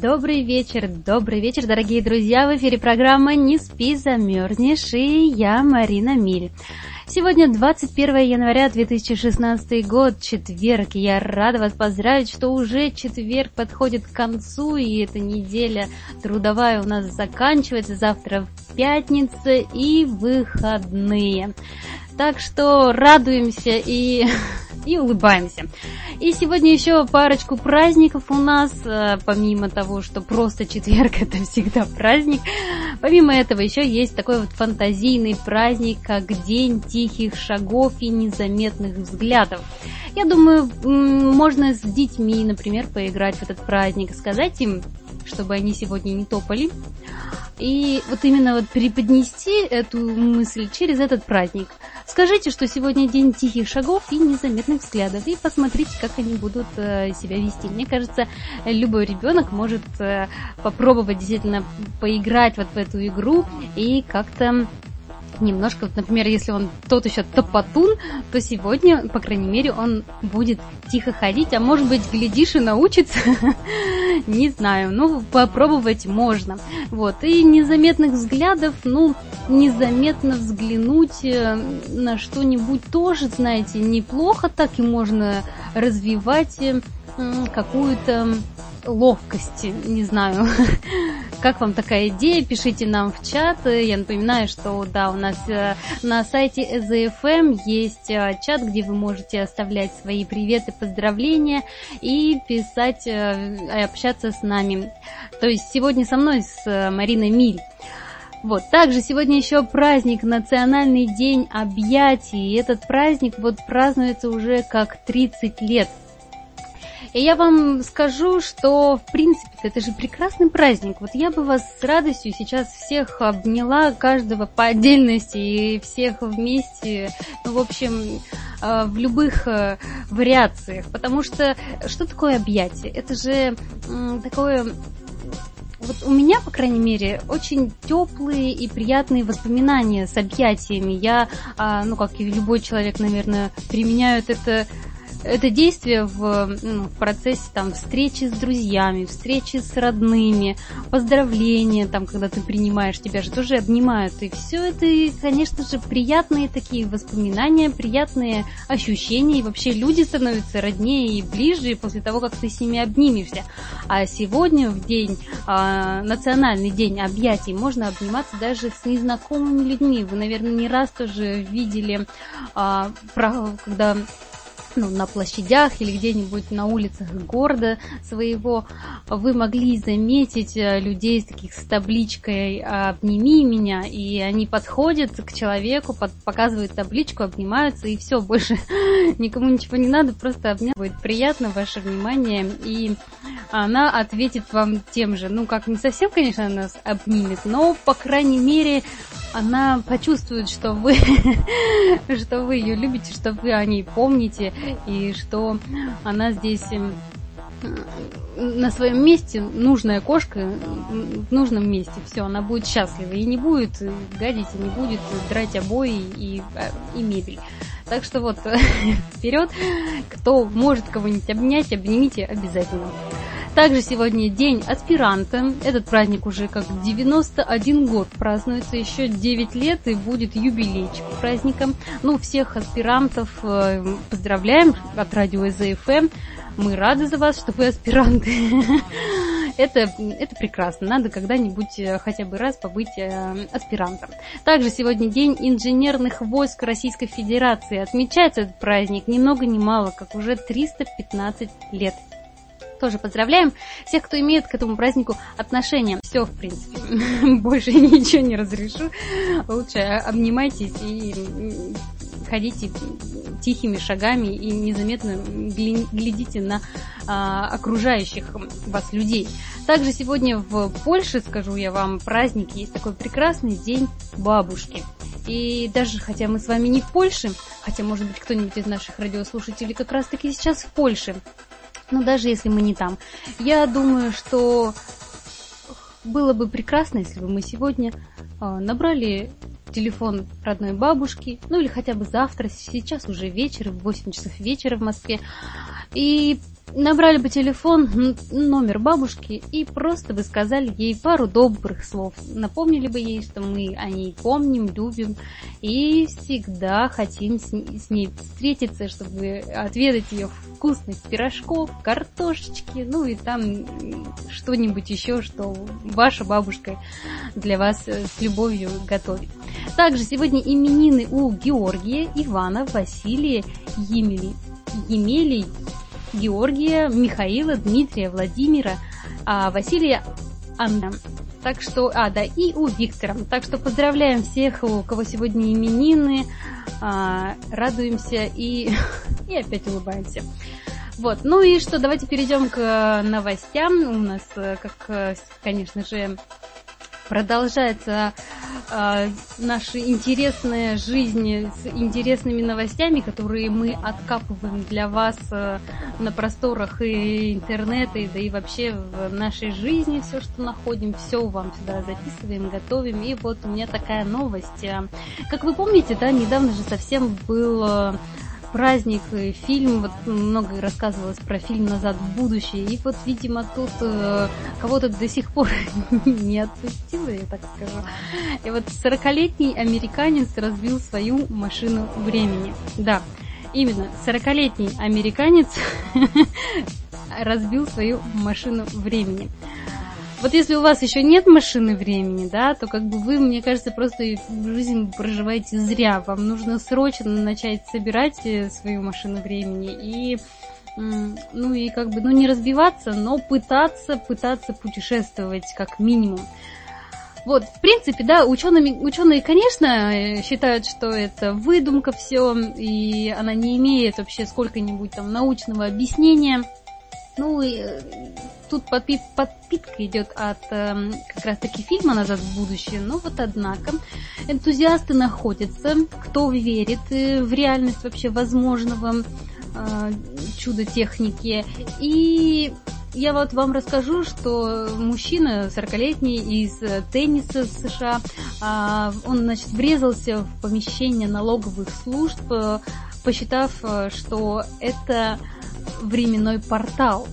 Добрый вечер, дорогие друзья! В эфире программа «Не спи, замерзнешь» и я, Марина Миль. Сегодня 21 января 2016 год, четверг. Я рада вас поздравить, что уже четверг подходит к концу, и эта неделя трудовая у нас заканчивается. Завтра пятница и выходные. Так что радуемся и улыбаемся. И сегодня еще парочку праздников у нас, помимо того, что просто четверг это всегда праздник. Помимо этого еще есть такой вот фантазийный праздник, как День тихих шагов и незаметных взглядов. Я думаю, можно с детьми, например, поиграть в этот праздник, сказать им, чтобы они сегодня не топали. И вот именно вот преподнести эту мысль через этот праздник. Скажите, что сегодня день тихих шагов и незаметных взглядов, и посмотрите, как они будут себя вести. Мне кажется, любой ребенок может попробовать действительно поиграть вот в эту игру и как-то немножко, например, если он тот еще топотун, то сегодня, по крайней мере, он будет тихо ходить, а может быть, глядишь и научится, не знаю, попробовать можно. Вот, и незаметных взглядов, незаметно взглянуть на что-нибудь тоже, знаете, неплохо, так и можно развивать какую-то ловкость, не знаю. Как вам такая идея? Пишите нам в чат. Я напоминаю, что да, у нас на сайте ЭЗФМ есть чат, где вы можете оставлять свои приветы, поздравления и писать, общаться с нами. То есть сегодня со мной, с Мариной Миль. Вот, также сегодня еще праздник, Национальный день объятий. И этот праздник празднуется уже как 30 лет. И я вам скажу, что, в принципе, это же прекрасный праздник. Вот я бы вас с радостью сейчас всех обняла, каждого по отдельности и всех вместе, в общем, в любых вариациях. Потому что такое объятие? Это же такое... Вот у меня, по крайней мере, очень теплые и приятные воспоминания с объятиями. Я, как и любой человек, наверное, применяю это действие в процессе встречи с друзьями, встречи с родными, поздравления, когда ты принимаешь, тебя же тоже обнимают. И все это, конечно же, приятные такие воспоминания, приятные ощущения. И вообще люди становятся роднее и ближе после того, как ты с ними обнимешься. А сегодня, в день, Национальный день объятий, можно обниматься даже с незнакомыми людьми. Вы, наверное, не раз тоже видели, когда... на площадях или где-нибудь на улицах города своего вы могли заметить людей с табличкой «Обними меня», и они подходят к человеку, показывают табличку, обнимаются, и все, больше никому ничего не надо, просто обнять. Будет приятно ваше внимание, и она ответит вам тем же. Не совсем, конечно, она нас обнимет, но, по крайней мере, она почувствует, что вы ее любите, что вы о ней помните, и что она здесь на своем месте, нужная кошка в нужном месте. Все, она будет счастлива и не будет гадить, и не будет драть обои и мебель. Так что вперед, кто может кого-нибудь обнять, обнимите обязательно. Также сегодня день аспиранта. Этот праздник уже как 91 год празднуется, еще 9 лет и будет юбилейчик праздника. Всех аспирантов поздравляем от радио ЭЗФМ. Мы рады за вас, что вы аспиранты. Это прекрасно. Надо когда-нибудь хотя бы раз побыть аспирантом. Также сегодня день инженерных войск Российской Федерации. Отмечается этот праздник ни много ни мало, как уже 315 лет. Тоже поздравляем всех, кто имеет к этому празднику отношение. Все, в принципе, больше ничего не разрешу. Лучше обнимайтесь и ходите тихими шагами и незаметно глядите на окружающих вас людей. Также сегодня в Польше, скажу я вам, праздник, есть такой прекрасный день бабушки. И даже, хотя мы с вами не в Польше, хотя, может быть, кто-нибудь из наших радиослушателей как раз-таки сейчас в Польше, но даже если мы не там, я думаю, что было бы прекрасно, если бы мы сегодня набрали телефон родной бабушки, или хотя бы завтра, сейчас уже вечер, в 8 часов вечера в Москве, и набрали бы телефон, номер бабушки и просто бы сказали ей пару добрых слов. Напомнили бы ей, что мы о ней помним, любим и всегда хотим с ней встретиться, чтобы отведать ее вкусных пирожков, картошечки, ну и там что-нибудь еще, что ваша бабушка для вас с любовью готовит. Также сегодня именины у Георгия, Ивана, Василия, Емелий, Георгия, Михаила, Дмитрия, Владимира, Василия, Анна. Так что, и у Виктора. Так что поздравляем всех, у кого сегодня именины, радуемся и опять улыбаемся. Вот, ну и что, давайте перейдем к новостям. У нас, как, конечно же, продолжается наша интересная жизнь с интересными новостями, которые мы откапываем для вас на просторах и интернета, да и вообще в нашей жизни. Все, что находим, все вам сюда записываем, готовим. И вот у меня такая новость. Как вы помните, да, недавно же совсем был праздник, фильм, вот много рассказывалось про фильм «Назад в будущее», и вот, видимо, тут кого-то до сих пор не отпустило, я так скажу. И вот 40-летний американец разбил свою машину времени. Да, именно, 40-летний американец разбил свою машину времени. Вот если у вас еще нет машины времени, да, то как бы вы, мне кажется, просто жизнь проживаете зря. Вам нужно срочно начать собирать свою машину времени и, не разбиваться, но пытаться путешествовать как минимум. Вот, в принципе, да, ученые, конечно, считают, что это выдумка все, и она не имеет вообще сколько-нибудь там научного объяснения. Ну, и тут подпитка идет от как раз-таки фильма «Назад в будущее». Но вот, однако, энтузиасты находятся, кто верит в реальность вообще возможного чуда техники. И я вот вам расскажу, что мужчина 40-летний из Теннесси, США, он, значит, врезался в помещение налоговых служб, посчитав, что это временной портал.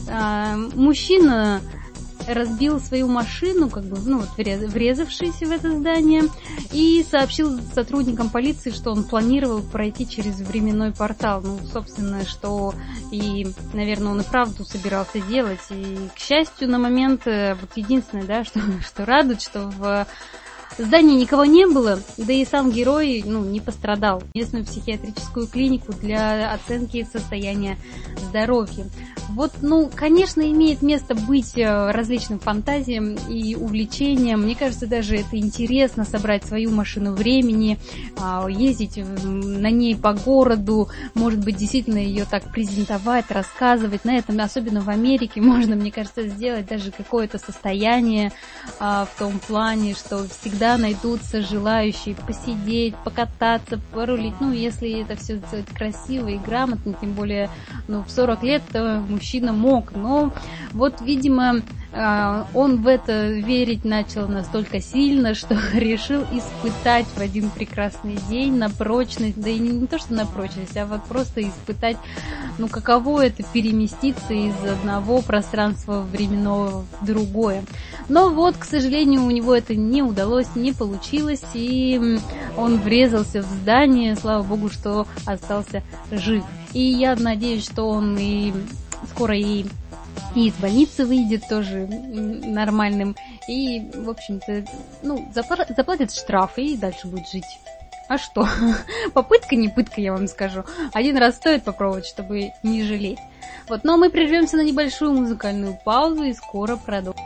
Мужчина разбил свою машину, врезавшись в это здание, и сообщил сотрудникам полиции, что он планировал пройти через временной портал. Ну, собственно, что и, наверное, он и правду собирался делать. И, к счастью, на момент, вот единственное, да, что радует, что в здании никого не было, да и сам герой, не пострадал. Местную психиатрическую клинику для оценки состояния здоровья. Вот, конечно, имеет место быть различным фантазиям и увлечениям. Мне кажется, даже это интересно собрать свою машину времени, ездить на ней по городу, может быть, действительно ее так презентовать, рассказывать. На этом, особенно в Америке, можно, мне кажется, сделать даже какое-то состояние в том плане, что всегда найдутся желающие посидеть, покататься, порулить. Если это все сделать красиво и грамотно, тем более, в 40 лет мужчина мог. Но вот, видимо, он в это верить начал настолько сильно, что решил испытать в один прекрасный день на прочность, да и не то, что на прочность, а вот просто испытать, каково это переместиться из одного пространства временного в другое. Но вот, к сожалению, у него это не удалось, не получилось, и он врезался в здание, слава богу, что остался жив. И я надеюсь, что он и скоро и из больницы выйдет тоже нормальным, и, в общем-то, заплатит штраф и дальше будет жить. А что? Попытка не пытка, я вам скажу. Один раз стоит попробовать, чтобы не жалеть. Вот, но мы прервемся на небольшую музыкальную паузу и скоро продолжим.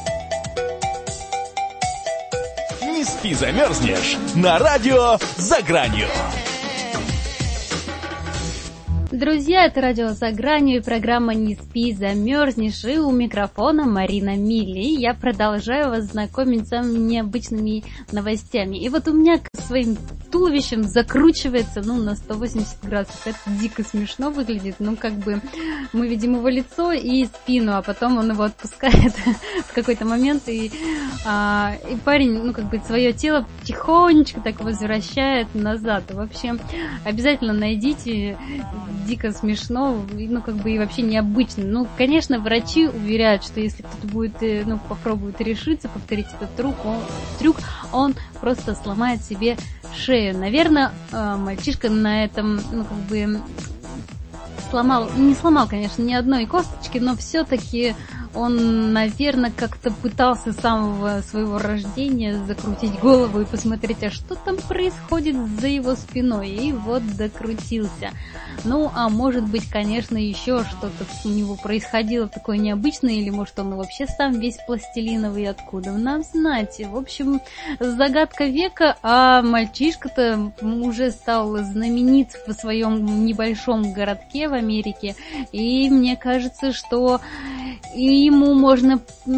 Не спи, замерзнешь на радио «За гранью». Друзья, это радио «За гранью» и программа «Не спи, замерзнешь», и у микрофона Марина Милли. И я продолжаю вас знакомить с самыми необычными новостями. И вот у меня к своим туловищем закручивается, на 180 градусов. Это дико смешно выглядит. Мы видим его лицо и спину, а потом он его отпускает в какой-то момент, и парень, свое тело тихонечко так возвращает назад. В общем, обязательно найдите, дико смешно, и вообще необычно. Конечно, врачи уверяют, что если кто-то будет, попробует решиться повторить этот трюк, он просто сломает себе шею. Наверное, мальчишка на этом, не сломал, конечно, ни одной косточки, но все-таки он, наверное, как-то пытался с самого своего рождения закрутить голову и посмотреть, а что там происходит за его спиной, и вот докрутился. А может быть, конечно, еще что-то у него происходило такое необычное, или может он вообще сам весь пластилиновый, откуда нам знать. В общем, загадка века, а мальчишка-то уже стал знаменит в своем небольшом городке в Америке, и мне кажется, что ему можно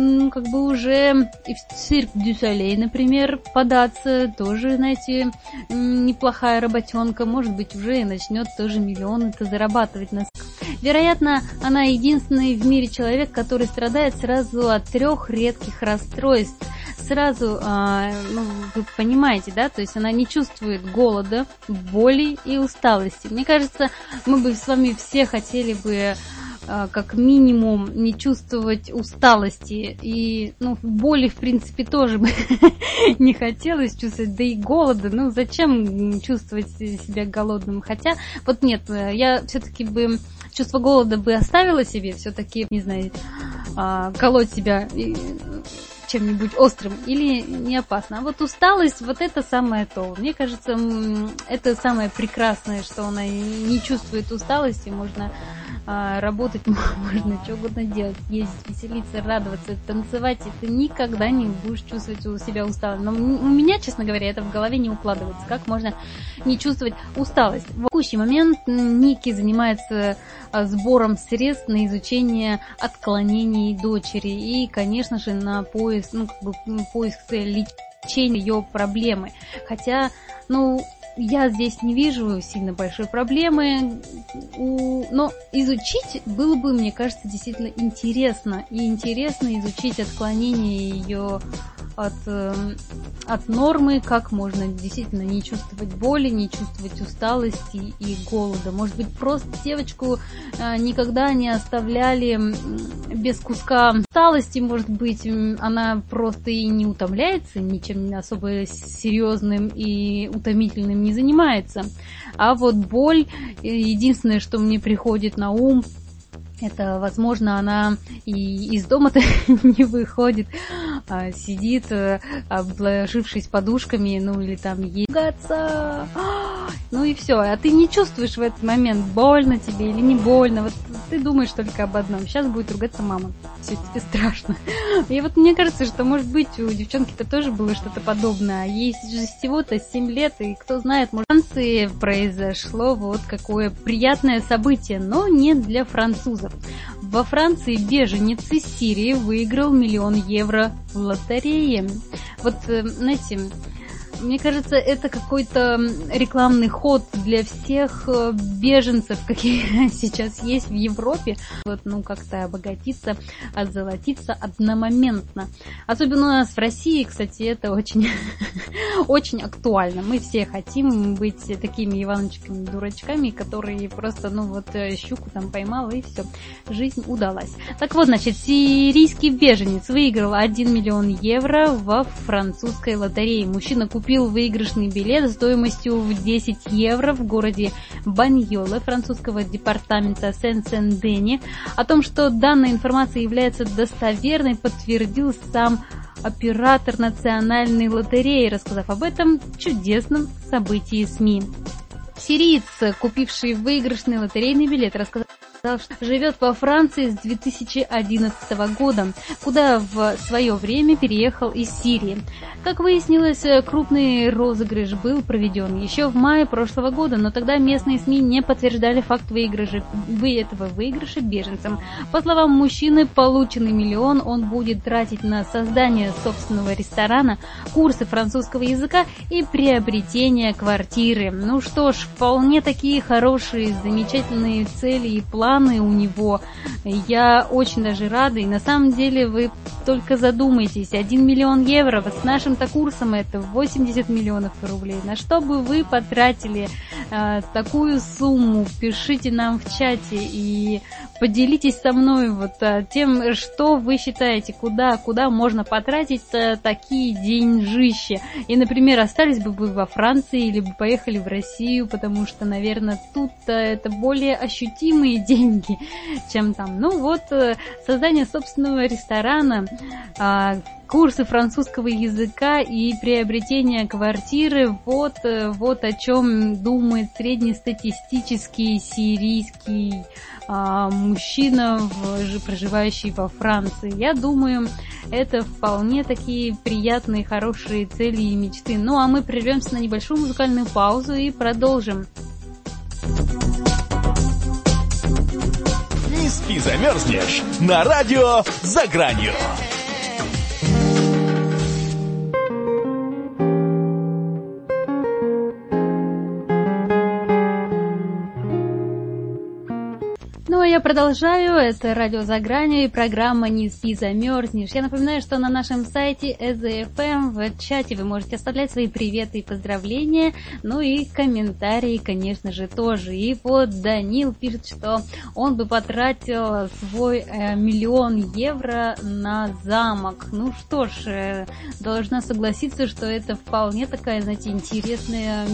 уже и в цирк дю Солей, например, податься, тоже, знаете, неплохая работенка, может быть, уже и начнет тоже миллионы-то зарабатывать. Вероятно, она единственный в мире человек, который страдает сразу от 3 редких расстройств. Сразу, вы понимаете, да, то есть она не чувствует голода, боли и усталости. Мне кажется, мы бы с вами все хотели бы как минимум не чувствовать усталости, и боли в принципе тоже бы не хотелось чувствовать, да и голода, зачем чувствовать себя голодным, хотя вот нет, я все-таки бы чувство голода бы оставила себе, все-таки, не знаю, колоть себя чем-нибудь острым или не опасно. А вот усталость, вот это самое то. Мне кажется, это самое прекрасное, что она не чувствует усталости, можно работать, можно что угодно делать, ездить, веселиться, радоваться, танцевать, и ты никогда не будешь чувствовать себя усталым. Но у меня, честно говоря, это в голове не укладывается. Как можно не чувствовать усталость? В текущий момент Ники занимается сбором средств на изучение отклонений дочери и, конечно же, на поиск лечения ее проблемы. Хотя, я здесь не вижу сильно большой проблемы, но изучить было бы, мне кажется, действительно интересно. И интересно изучить отклонение ее от нормы, как можно действительно не чувствовать боли, не чувствовать усталости и голода. Может быть, просто девочку никогда не оставляли без куска усталости, может быть, она просто и не утомляется, ничем особо серьезным и утомительным не занимается. А вот боль, единственное, что мне приходит на ум, это, возможно, она и из дома-то не выходит, а сидит, обложившись подушками, или там егаться, и все. А ты не чувствуешь в этот момент, больно тебе или не больно. Вот ты думаешь только об одном. Сейчас будет ругаться мама. Все, тебе страшно. И вот мне кажется, что, может быть, у девчонки-то тоже было что-то подобное. Ей же всего-то 7 лет, и кто знает, может, в Франции произошло вот какое приятное событие, но не для французов. Во Франции беженец из Сирии выиграл 1 000 000 евро в лотерее. Вот, знаете, мне кажется, это какой-то рекламный ход для всех беженцев, какие сейчас есть в Европе. Вот, как-то обогатиться, озолотиться одномоментно. Особенно у нас в России, кстати, это очень, очень актуально. Мы все хотим быть такими Иваночками-дурачками, которые просто, щуку там поймал, и все, жизнь удалась. Так вот, значит, сирийский беженец выиграл 1 000 000 евро во французской лотерее. Мужчина купил выигрышный билет стоимостью в 10 евро в городе Баньоле французского департамента Сен-Сен-Дени. О том, что данная информация является достоверной, подтвердил сам оператор национальной лотереи, рассказав об этом чудесном событии СМИ. Сириец, купивший выигрышный лотерейный билет, рассказал сказал, что живет во Франции с 2011 года, куда в свое время переехал из Сирии. Как выяснилось, крупный розыгрыш был проведен еще в мае прошлого года, но тогда местные СМИ не подтверждали факт этого выигрыша беженцам. По словам мужчины, полученный миллион он будет тратить на создание собственного ресторана, курсы французского языка и приобретение квартиры. Ну что ж, вполне такие хорошие, замечательные цели и планы у него. Я очень даже рада, и на самом деле вы только задумайтесь, 1 миллион евро с нашим-то курсом это 80 миллионов рублей. На что бы вы потратили такую сумму? Пишите нам в чате и поделитесь со мной тем, что вы считаете, куда можно потратить такие деньжища. И, например, остались бы вы во Франции или бы поехали в Россию, потому что, наверное, тут-то это более ощутимые деньги, чем там. Создание собственного ресторана, курсы французского языка и приобретение квартиры, вот о чем думает среднестатистический сирийский мужчина, проживающий во Франции. Я думаю, это вполне такие приятные, хорошие цели и мечты. Ну, а мы прервемся на небольшую музыкальную паузу и продолжим. Не спи, замерзнешь на радио «За гранью». Я продолжаю. Это радио «За гранью» и программа «Не спи, замерзнешь». Я напоминаю, что на нашем сайте ЭЗФМ в чате вы можете оставлять свои приветы и поздравления, ну и комментарии, конечно же, тоже. И вот Данил пишет, что он бы потратил свой 1 миллион евро на замок. Ну что ж, должна согласиться, что это вполне такая, знаете, интересная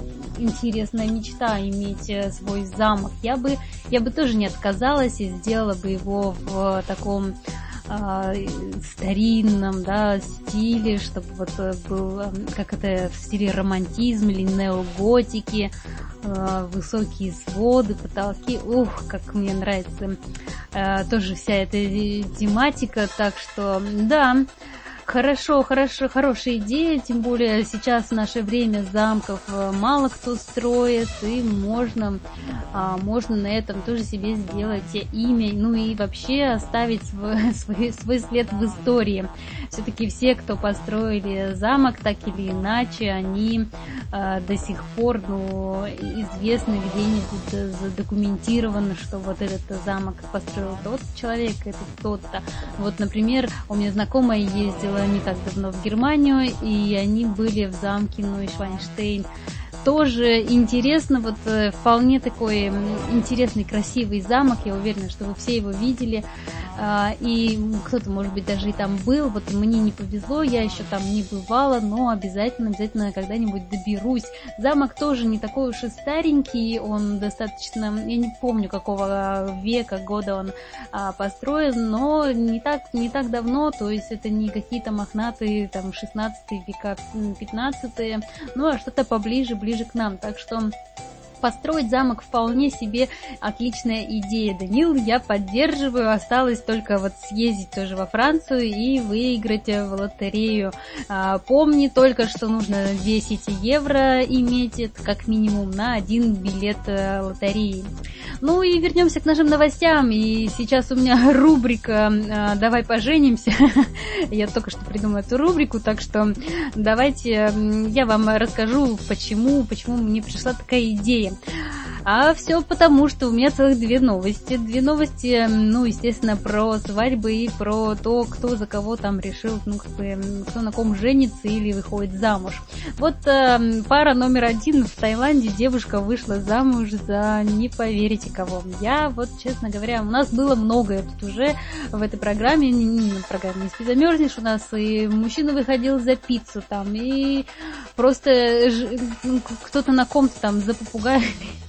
мечта иметь свой замок. Я бы тоже не отказалась и сделала бы его в таком старинном, стиле, чтобы был, как это, в стиле романтизм или неоготики, высокие своды, потолки. Как мне нравится тоже вся эта тематика, так что, да, хорошая идея, тем более сейчас в наше время замков мало кто строит, и можно на этом тоже себе сделать имя, ну и вообще оставить свой след в истории. Все-таки все, кто построили замок, так или иначе, они до сих пор, известны где-нибудь, задокументировано, что вот этот замок построил тот человек, это тот-то. Вот, например, у меня знакомая ездила не так давно в Германию, и они были в замке Нойшвайнштейн. Тоже интересно, вполне такой интересный, красивый замок, я уверена, что вы все его видели, и кто-то, может быть, даже и там был, мне не повезло, я еще там не бывала, но обязательно когда-нибудь доберусь. Замок тоже не такой уж и старенький, он достаточно, я не помню, какого века, года он построен, но не так давно, то есть это не какие-то мохнатые, 16 века, 15-е, а что-то ближе к нам, так что построить замок вполне себе отличная идея, Данил, я поддерживаю, осталось только съездить тоже во Францию и выиграть в лотерею. Помни только, что нужно 10 евро иметь, это как минимум, на 1 билет лотереи. Ну и вернемся к нашим новостям, и сейчас у меня рубрика «Давай поженимся». Я только что придумала эту рубрику, так что давайте я вам расскажу, почему мне пришла такая идея. А все потому, что у меня целых 2 новости. 2 новости, естественно, про свадьбы и про то, кто за кого там решил, кто на ком женится или выходит замуж. Пара номер 1 в Таиланде, девушка вышла замуж за, не поверите кого. Я честно говоря, у нас было многое тут уже в этой программе, «Не спи, замерзнешь», у нас и мужчина выходил за пиццу там, и просто кто-то на ком-то там за попугая.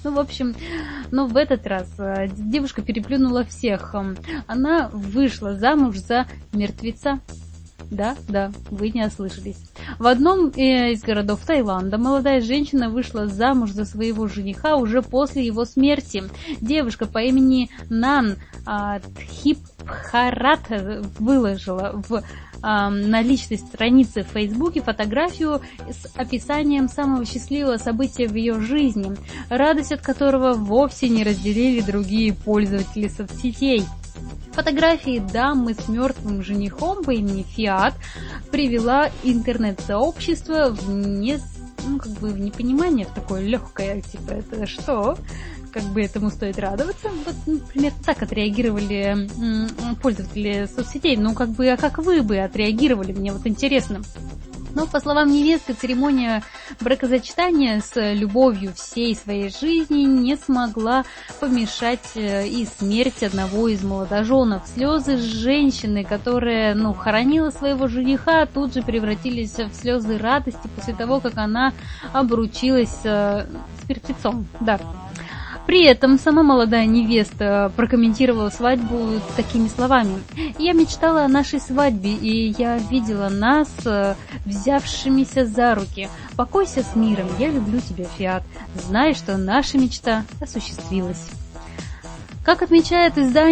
В этот раз девушка переплюнула всех. Она вышла замуж за мертвеца. Да, вы не ослышались. В одном из городов Таиланда молодая женщина вышла замуж за своего жениха уже после его смерти. Девушка по имени Нан Тхипхарат выложила на личной странице в Фейсбуке фотографию с описанием самого счастливого события в ее жизни, радость от которого вовсе не разделили другие пользователи соцсетей. Фотографии дамы с мертвым женихом по имени Фиат привела интернет-сообщество в непонимание, в такое легкое, типа, это что? Как бы этому стоит радоваться? Вот, например, так отреагировали пользователи соцсетей. А как вы бы отреагировали? Мне вот интересно. Но, по словам невесты, церемония бракосочетания с любовью всей своей жизни не смогла помешать и смерть одного из молодоженов. Слезы женщины, которая, хоронила своего жениха, тут же превратились в слезы радости после того, как она обручилась с мертвецом. Да. При этом сама молодая невеста прокомментировала свадьбу такими словами. «Я мечтала о нашей свадьбе, и я видела нас взявшимися за руки. Покойся с миром, я люблю тебя, Фиат. Знай, что наша мечта осуществилась». Как отмечает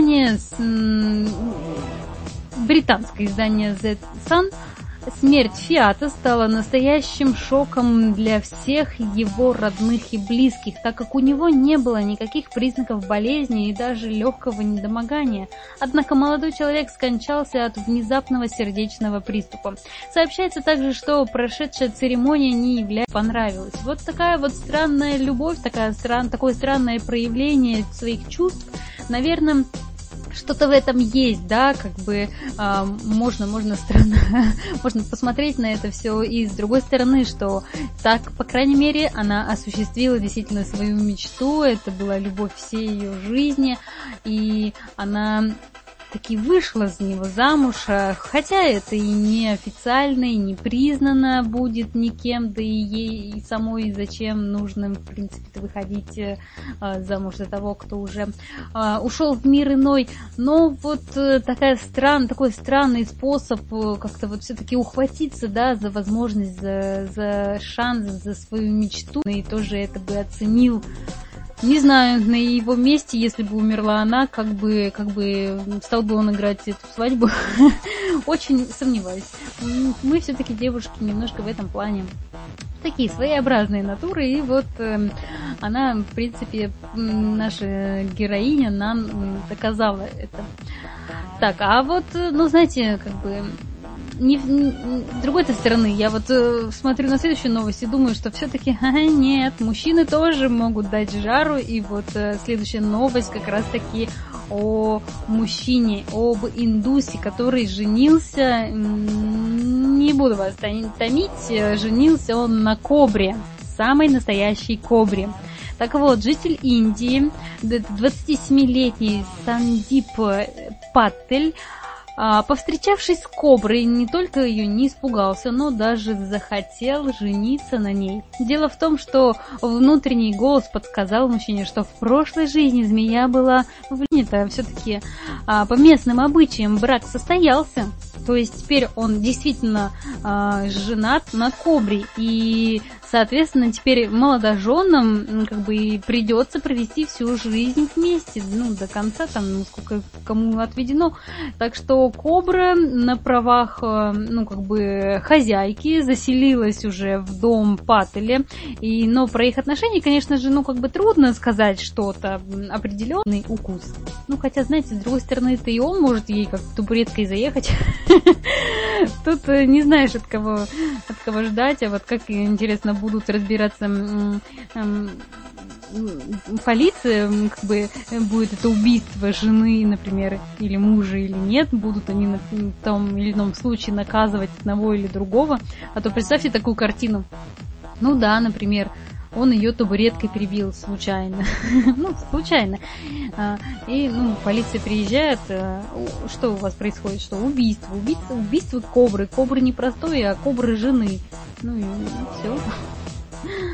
британское издание The Sun, смерть Фиата стала настоящим шоком для всех его родных и близких, так как у него не было никаких признаков болезни и даже легкого недомогания. Однако молодой человек скончался от внезапного сердечного приступа. Сообщается также, что прошедшая церемония не является понравилась. Вот такая вот странная любовь, такое странное проявление своих чувств, наверное, что-то в этом есть, да, можно посмотреть на это все и с другой стороны, что так, по крайней мере, она осуществила действительно свою мечту, это была любовь всей ее жизни, и она таки вышла за него замуж, хотя это и не официально, и не признано будет никем, да и ей самой зачем нужно, в принципе, выходить замуж за того, кто уже ушел в мир иной. Но вот такой странный способ как-то вот все-таки ухватиться, да, за возможность, за шанс, за свою мечту, и тоже это бы оценил. Не знаю, на его месте, если бы умерла она, как бы стал бы он играть эту свадьбу. Очень сомневаюсь. Мы все-таки девушки немножко в этом плане такие своеобразные натуры, и вот она, в принципе, наша героиня нам доказала это. Так, а вот, знаете, с другой-то стороны, я вот смотрю на следующую новость и думаю, что все-таки нет, мужчины тоже могут дать жару, и вот следующая новость как раз-таки о мужчине, об индусе, который женился, не буду вас томить, женился он на кобре, самой настоящей кобре. Так вот, житель Индии, 27-летний Сандип Паттель, повстречавшись с коброй, не только ее не испугался, но даже захотел жениться на ней. Дело в том, что внутренний голос подсказал мужчине, что в прошлой жизни змея была принята. Все-таки по местным обычаям брак состоялся. То есть теперь он действительно женат на кобре. И, соответственно, теперь молодоженам придется провести всю жизнь вместе, до конца, сколько кому отведено. Так что кобра на правах, хозяйки заселилась уже в дом Паттеля. Но про их отношения, конечно же, трудно сказать что-то, определенный укус. Хотя, знаете, с другой стороны-то и он может ей как табуреткой заехать. Тут не знаешь, от кого ждать, а вот как, интересно, будут разбираться полиция, будет это убийство жены, например, или мужа, или нет, будут они на том или ином случае наказывать одного или другого. А то представьте такую картину. Например, он ее табуреткой перебил случайно. Случайно. И, полиция приезжает. Что у вас происходит? Что? Убийство кобры. Кобры не простой, а кобры жены. И все.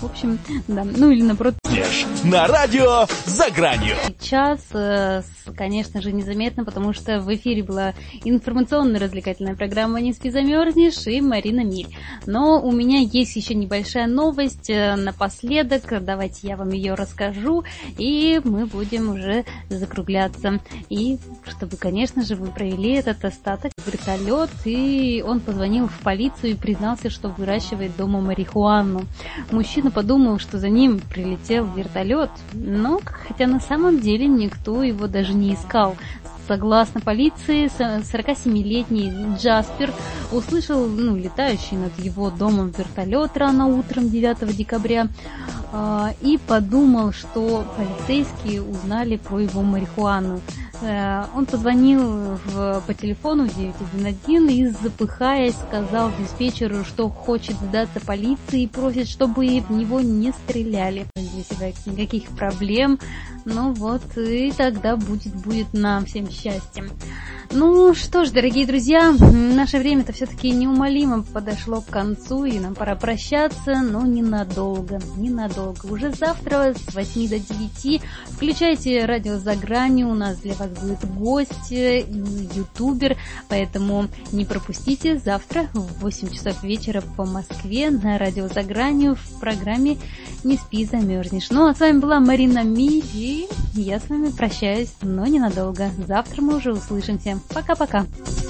В общем, да, ну или наоборот. На радио «За гранью». Сейчас, конечно же, незаметно, потому что в эфире была информационно-развлекательная программа «Не спи, замерзнешь» и Марина Миль. Но у меня есть еще небольшая новость напоследок, давайте я вам ее расскажу, и мы будем уже закругляться. И чтобы, конечно же, вы провели этот остаток в вертолет, и он позвонил в полицию и признался, что выращивает дома марихуану. Мужчина подумал, что за ним прилетел вертолет, но хотя на самом деле никто его даже не искал. Согласно полиции, 47-летний Джаспер услышал летающий над его домом вертолет рано утром 9 декабря и подумал, что полицейские узнали про его марихуану. Он позвонил по телефону 911 и, запыхаясь, сказал диспетчеру, что хочет сдаться полиции и просит, чтобы в него не стреляли. Без никаких проблем. И тогда будет нам всем счастье. Ну что ж, дорогие друзья, наше время-то все-таки неумолимо подошло к концу, и нам пора прощаться, но ненадолго. Уже завтра с 8 до 9 включайте радио «За гранью», у нас для вас будет гость, ютубер, поэтому не пропустите завтра в 8 часов вечера по Москве на радио «За гранью» в программе «Не спи, замерзнешь». Ну а с вами была Марина Миль, и я с вами прощаюсь, но ненадолго. Завтра мы уже услышимся. Пока-пока.